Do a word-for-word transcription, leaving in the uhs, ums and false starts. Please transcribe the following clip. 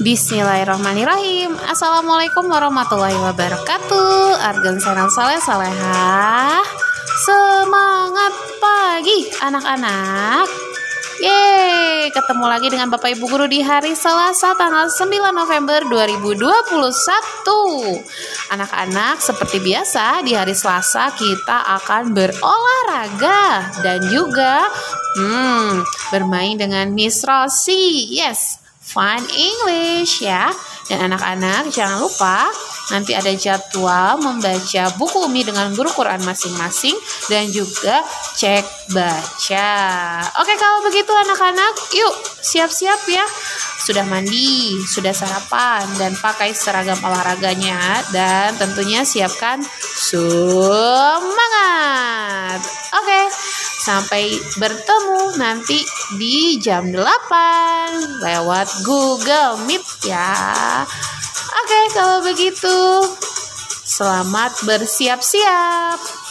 Bismillahirrahmanirrahim. Assalamualaikum warahmatullahi wabarakatuh. Argan Senang Saleh Salehah. Semangat pagi anak-anak. Yeay, ketemu lagi dengan Bapak Ibu Guru di hari Selasa tanggal sembilan November dua ribu dua puluh satu. Anak-anak, seperti biasa di hari Selasa kita akan berolahraga dan juga hmm, bermain dengan Miss Rosie. Yes, fun English ya. Dan anak-anak jangan lupa nanti ada jadwal membaca buku Umi dengan guru Quran masing-masing dan juga cek baca. Oke, kalau begitu anak-anak, yuk siap-siap ya. Sudah mandi, sudah sarapan dan pakai seragam olahraganya dan tentunya siapkan semangat. Oke, sampai bertemu nanti di jam delapan lewat Google Meet ya. Oke, kalau begitu selamat bersiap-siap.